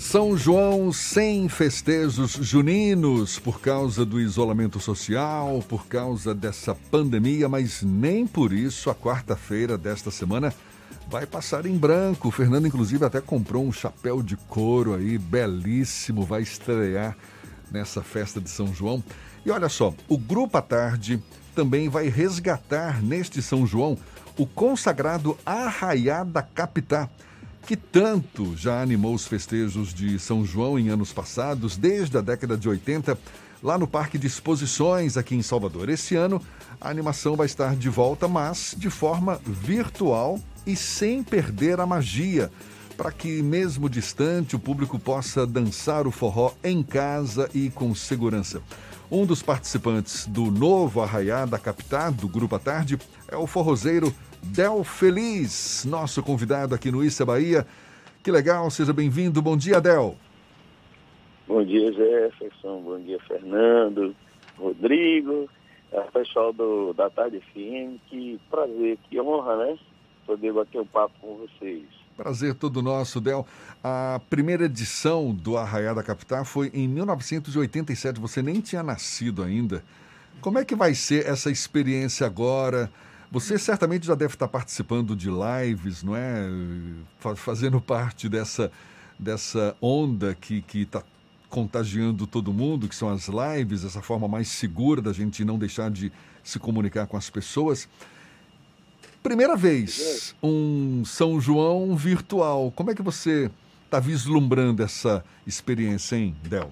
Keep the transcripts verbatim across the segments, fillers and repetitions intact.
São João sem festejos juninos por causa do isolamento social, por causa dessa pandemia, mas nem por isso a quarta-feira desta semana vai passar em branco. O Fernando, inclusive, até comprou um chapéu de couro aí, belíssimo, vai estrear nessa festa de São João. E olha só, o Grupo à Tarde também vai resgatar neste São João o consagrado Arraiá da Capitá, que tanto já animou os festejos de São João em anos passados, desde a década de oitenta, lá no Parque de Exposições aqui em Salvador. Esse ano, a animação vai estar de volta, mas de forma virtual e sem perder a magia, para que, mesmo distante, o público possa dançar o forró em casa e com segurança. Um dos participantes do novo Arraiá da Capitá, do Grupo à Tarde, é o forrozeiro Del Feliz, nosso convidado aqui no Issa Bahia. Que legal, seja bem-vindo. Bom dia, Del. Bom dia, Jefferson. Bom dia, Fernando, Rodrigo, é, pessoal do, da Tarde F M. Que prazer, que honra, né? Poder bater um papo com vocês. Prazer todo nosso, Del. A primeira edição do Arraiá da Capitá foi em mil novecentos e oitenta e sete. Você nem tinha nascido ainda. Como é que vai ser essa experiência agora? Você certamente já deve estar participando de lives, não é? Fazendo parte dessa, dessa onda que está contagiando todo mundo, que são as lives, essa forma mais segura da gente não deixar de se comunicar com as pessoas. Primeira vez, um São João virtual. Como é que você está vislumbrando essa experiência, hein, Del?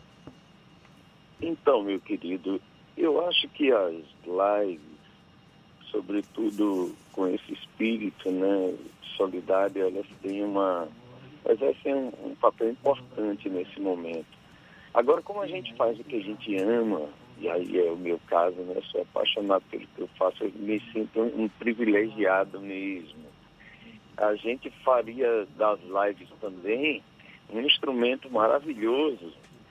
Então, meu querido, eu acho que as lives, sobretudo com esse espírito, né, solidário, elas têm uma, exercem um, um papel importante nesse momento. Agora, como a gente faz o que a gente ama, e aí é o meu caso, né, eu sou apaixonado pelo que eu faço, eu me sinto um, um privilegiado mesmo. A gente faria das lives também um instrumento maravilhoso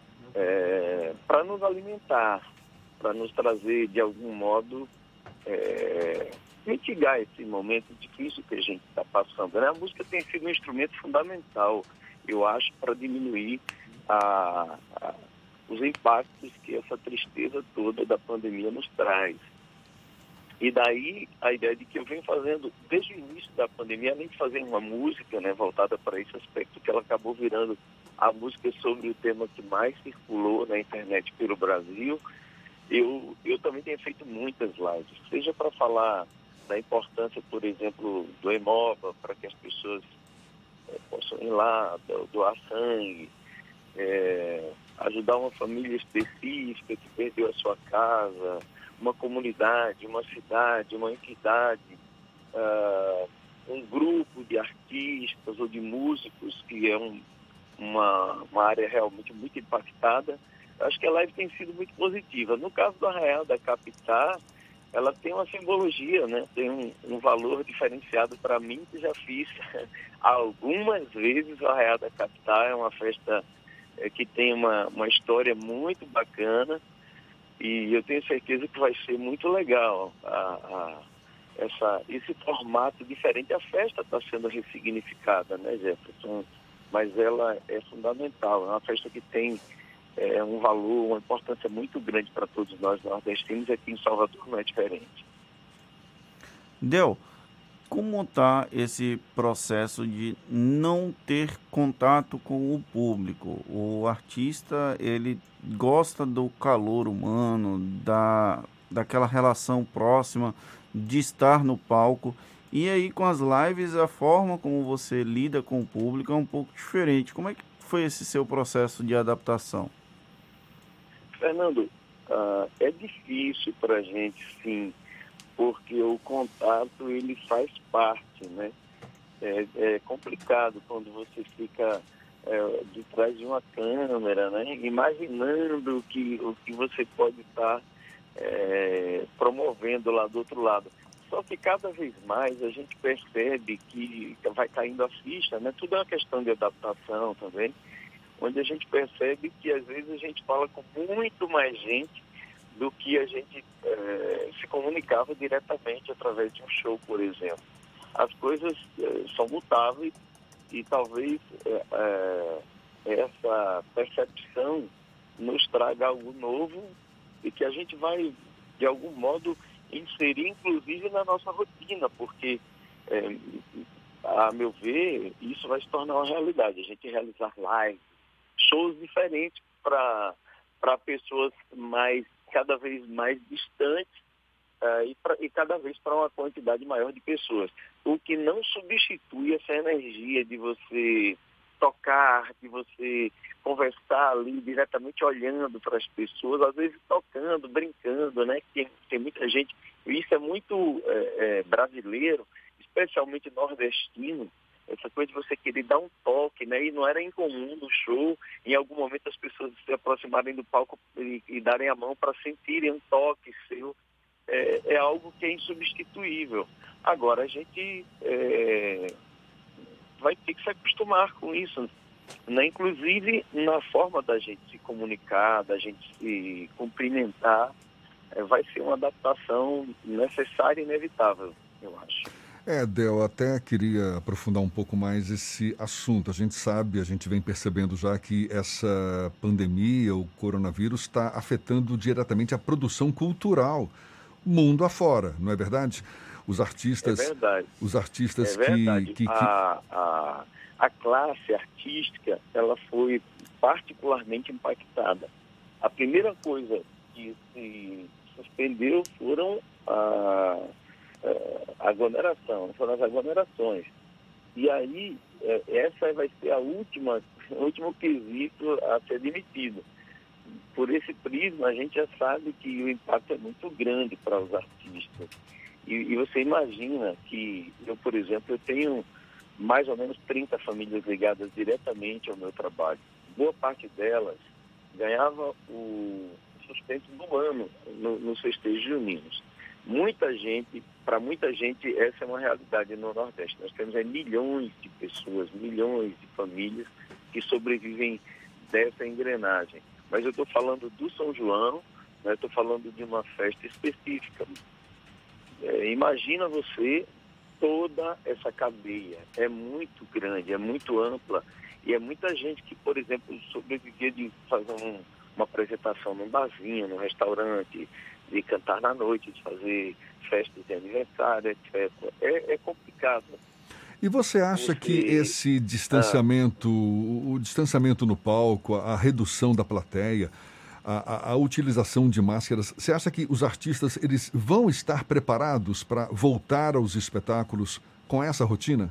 é, para nos alimentar, para nos trazer, de algum modo, É, mitigar esse momento difícil que a gente está passando. Né? A música tem sido um instrumento fundamental, eu acho, para diminuir a, a, os impactos que essa tristeza toda da pandemia nos traz. E daí a ideia de que eu venho fazendo, desde o início da pandemia, além de fazer uma música, né, voltada para esse aspecto, que ela acabou virando a música sobre o tema que mais circulou na internet pelo Brasil. Eu, eu também tenho feito muitas lives, seja para falar da importância, por exemplo, do Hemoba, para que as pessoas é, possam ir lá, doar sangue, é, ajudar uma família específica que perdeu a sua casa, uma comunidade, uma cidade, uma entidade, uh, um grupo de artistas ou de músicos, que é um, uma, uma área realmente muito impactada. Acho que a live tem sido muito positiva. No caso do Arraial da Capitá, ela tem uma simbologia, né? Tem um, um valor diferenciado para mim, que já fiz algumas vezes. O Arraial da Capitá é uma festa é, que tem uma, uma história muito bacana, e eu tenho certeza que vai ser muito legal a, a, essa, esse formato diferente. A festa está sendo ressignificada, né, Jefferson? Mas ela é fundamental. É uma festa que tem É um valor, uma importância muito grande para todos nós nordestinos, e aqui em Salvador não é diferente. Del, como está esse processo de não ter contato com o público? O artista, ele gosta do calor humano, da, daquela relação próxima, de estar no palco. E aí, com as lives, a forma como você lida com o público é um pouco diferente. Como é que foi esse seu processo de adaptação? Fernando, uh, é difícil para a gente, sim, porque o contato, ele faz parte, né? É, é complicado quando você fica é, de trás de uma câmera, né? Imaginando que, o que você pode estar é, promovendo lá do outro lado. Só que cada vez mais a gente percebe que vai caindo a ficha, né? Tudo é uma questão de adaptação também, onde a gente percebe que às vezes a gente fala com muito mais gente do que a gente é, se comunicava diretamente através de um show, por exemplo. As coisas é, são mutáveis, e talvez é, é, essa essa percepção nos traga algo novo e que a gente vai, de algum modo, inserir, inclusive, na nossa rotina, porque, é, a meu ver, isso vai se tornar uma realidade. A gente realizar lives, shows diferentes para para pessoas mais, cada vez mais distantes, uh, e, pra, e cada vez para uma quantidade maior de pessoas. O que não substitui essa energia de você tocar, de você conversar ali diretamente olhando para as pessoas, às vezes tocando, brincando, né? Tem, tem muita gente, e isso é muito é, é, brasileiro, especialmente nordestino, essa coisa de você querer dar um toque, né? E não era incomum no show, em algum momento as pessoas se aproximarem do palco e, e darem a mão para sentirem um toque seu. É, é algo que é insubstituível. Agora, a gente é, vai ter que se acostumar com isso, né? Inclusive na forma da gente se comunicar, da gente se cumprimentar, é, vai ser uma adaptação necessária e inevitável, eu acho. É, Del, até queria aprofundar um pouco mais esse assunto. A gente sabe, a gente vem percebendo já que essa pandemia, o coronavírus, está afetando diretamente a produção cultural mundo afora, não é verdade? Os artistas... É verdade. Os artistas é verdade. que... que, que... A, a, a classe artística, ela foi particularmente impactada. A primeira coisa que se suspendeu foram a... a aglomeração, foram as aglomerações. E aí, essa vai ser a última, o último quesito a ser demitido. Por esse prisma, a gente já sabe que o impacto é muito grande para os artistas. E, e você imagina que eu, por exemplo, eu tenho mais ou menos trinta famílias ligadas diretamente ao meu trabalho. Boa parte delas ganhava o sustento do ano no, nos festejos juninos. Muita gente, para muita gente, essa é uma realidade no Nordeste. Nós temos aí milhões de pessoas, milhões de famílias que sobrevivem dessa engrenagem. Mas eu estou falando do São João, né? Estou falando de uma festa específica. É, imagina você toda essa cadeia. É muito grande, é muito ampla. E é muita gente que, por exemplo, sobrevivia de fazer um, uma apresentação num barzinho, num restaurante, de cantar na noite, de fazer festas de aniversário, etcétera. É, é complicado. E você acha você... que esse distanciamento, ah. o distanciamento no palco, a, a redução da plateia, a, a, a utilização de máscaras, você acha que os artistas eles vão estar preparados para voltar aos espetáculos com essa rotina?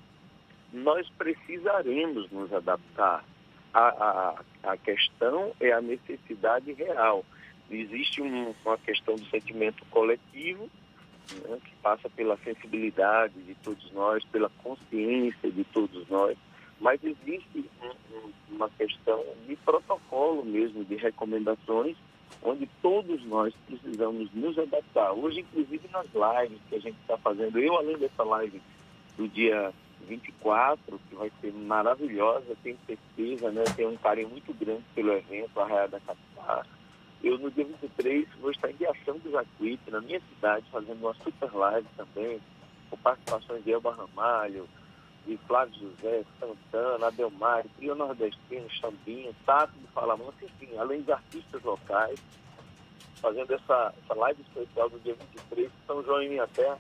Nós precisaremos nos adaptar. A, a, a questão é a necessidade real. Existe um, uma questão do sentimento coletivo, né, que passa pela sensibilidade de todos nós, pela consciência de todos nós, mas existe um, um, uma questão de protocolo mesmo, de recomendações, onde todos nós precisamos nos adaptar. Hoje, inclusive nas lives que a gente está fazendo, eu além dessa live do dia vinte e quatro, que vai ser maravilhosa, tenho certeza, né, tenho um carinho muito grande pelo evento, Arraial da Capital. Eu, no dia vinte e três, vou estar em Riachão do Jacuípe, na minha cidade, fazendo uma super live também, com participações de Elba Ramalho, de Flávio José, Santana, Adelmar, Trio Nordestino, Xambinho, Tato do Fala Mansa, enfim, além de artistas locais, fazendo essa, essa live especial do dia vinte e três, São João em Minha Terra.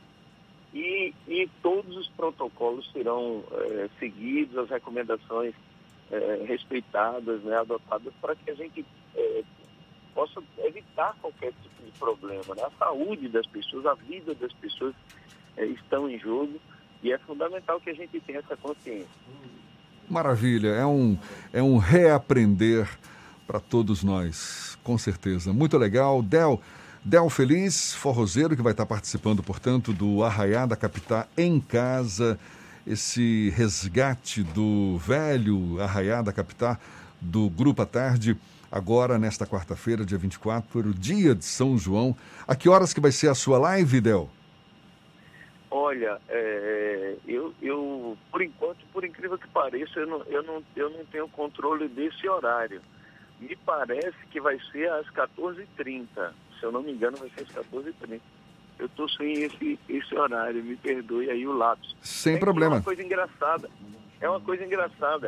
E, e todos os protocolos serão é, seguidos, as recomendações é, respeitadas, né, adotadas, para que a gente é, possa evitar qualquer tipo de problema, né? A saúde das pessoas, a vida das pessoas é, estão em jogo e é fundamental que a gente tenha essa consciência. Maravilha, é um, é um reaprender para todos nós, com certeza. Muito legal. Del, Del Feliz, forrozeiro, que vai estar participando, portanto, do Arraiá da Capital em casa, esse resgate do velho Arraiá da Capital, do Grupo à Tarde, agora nesta quarta-feira, dia vinte e quatro, dia de São João. A que horas que vai ser a sua live, Del? Olha, é, eu, eu, por enquanto, por incrível que pareça, eu não, eu, não, eu não tenho controle desse horário. Me parece que vai ser às quatorze e trinta. Se eu não me engano, vai ser às quatorze e trinta. Eu estou sem esse, esse horário, me perdoe aí o lápis. Sem é problema. É uma coisa engraçada. É uma coisa engraçada.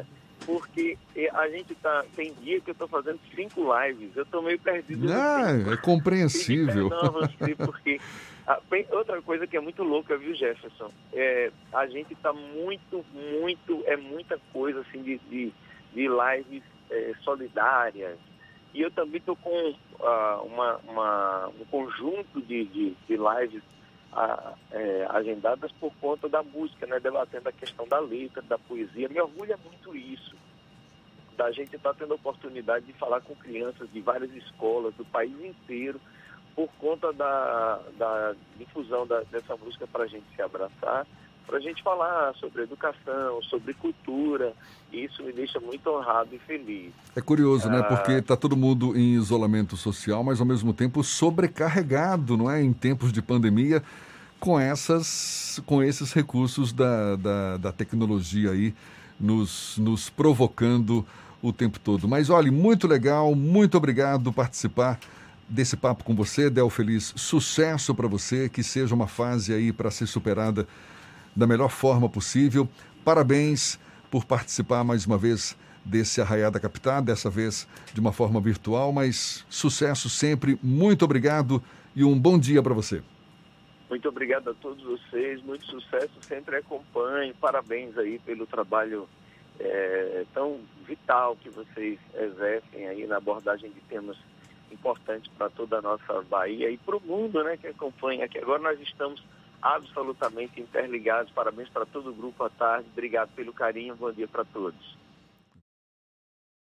porque a gente tá, tem dia que eu estou fazendo cinco lives, eu estou meio perdido. Ah, é compreensível. Não, você, porque a, outra coisa que é muito louca, viu, Jefferson? É, a gente está muito, muito, é muita coisa assim de, de, de lives é, solidárias. E eu também estou com uh, uma, uma, um conjunto de, de, de lives uh, é, agendadas por conta da música, né? Debatendo a questão da letra, da poesia. Me orgulha muito isso, da gente estar tá tendo a oportunidade de falar com crianças de várias escolas do país inteiro, por conta da, da difusão da, dessa música para a gente se abraçar, para a gente falar sobre educação, sobre cultura. E isso me deixa muito honrado e feliz. É curioso, né? Ah, Porque está todo mundo em isolamento social, mas ao mesmo tempo sobrecarregado, não é? Em tempos de pandemia, com, essas, com esses recursos da, da, da tecnologia aí nos, nos provocando o tempo todo. Mas olha, muito legal, muito obrigado por participar desse papo com você, Del Feliz. Sucesso para você, que seja uma fase aí para ser superada da melhor forma possível. Parabéns por participar mais uma vez desse Arraiá da Capital, dessa vez de uma forma virtual, mas sucesso sempre. Muito obrigado e um bom dia para você. Muito obrigado a todos vocês, muito sucesso, sempre acompanho. Parabéns aí pelo trabalho é, tão vital que vocês exercem aí na abordagem de temas importantes para toda a nossa Bahia e para o mundo, né, que acompanha aqui. Agora nós estamos absolutamente interligados. Parabéns para todo o grupo à tarde. Obrigado pelo carinho. Bom dia para todos.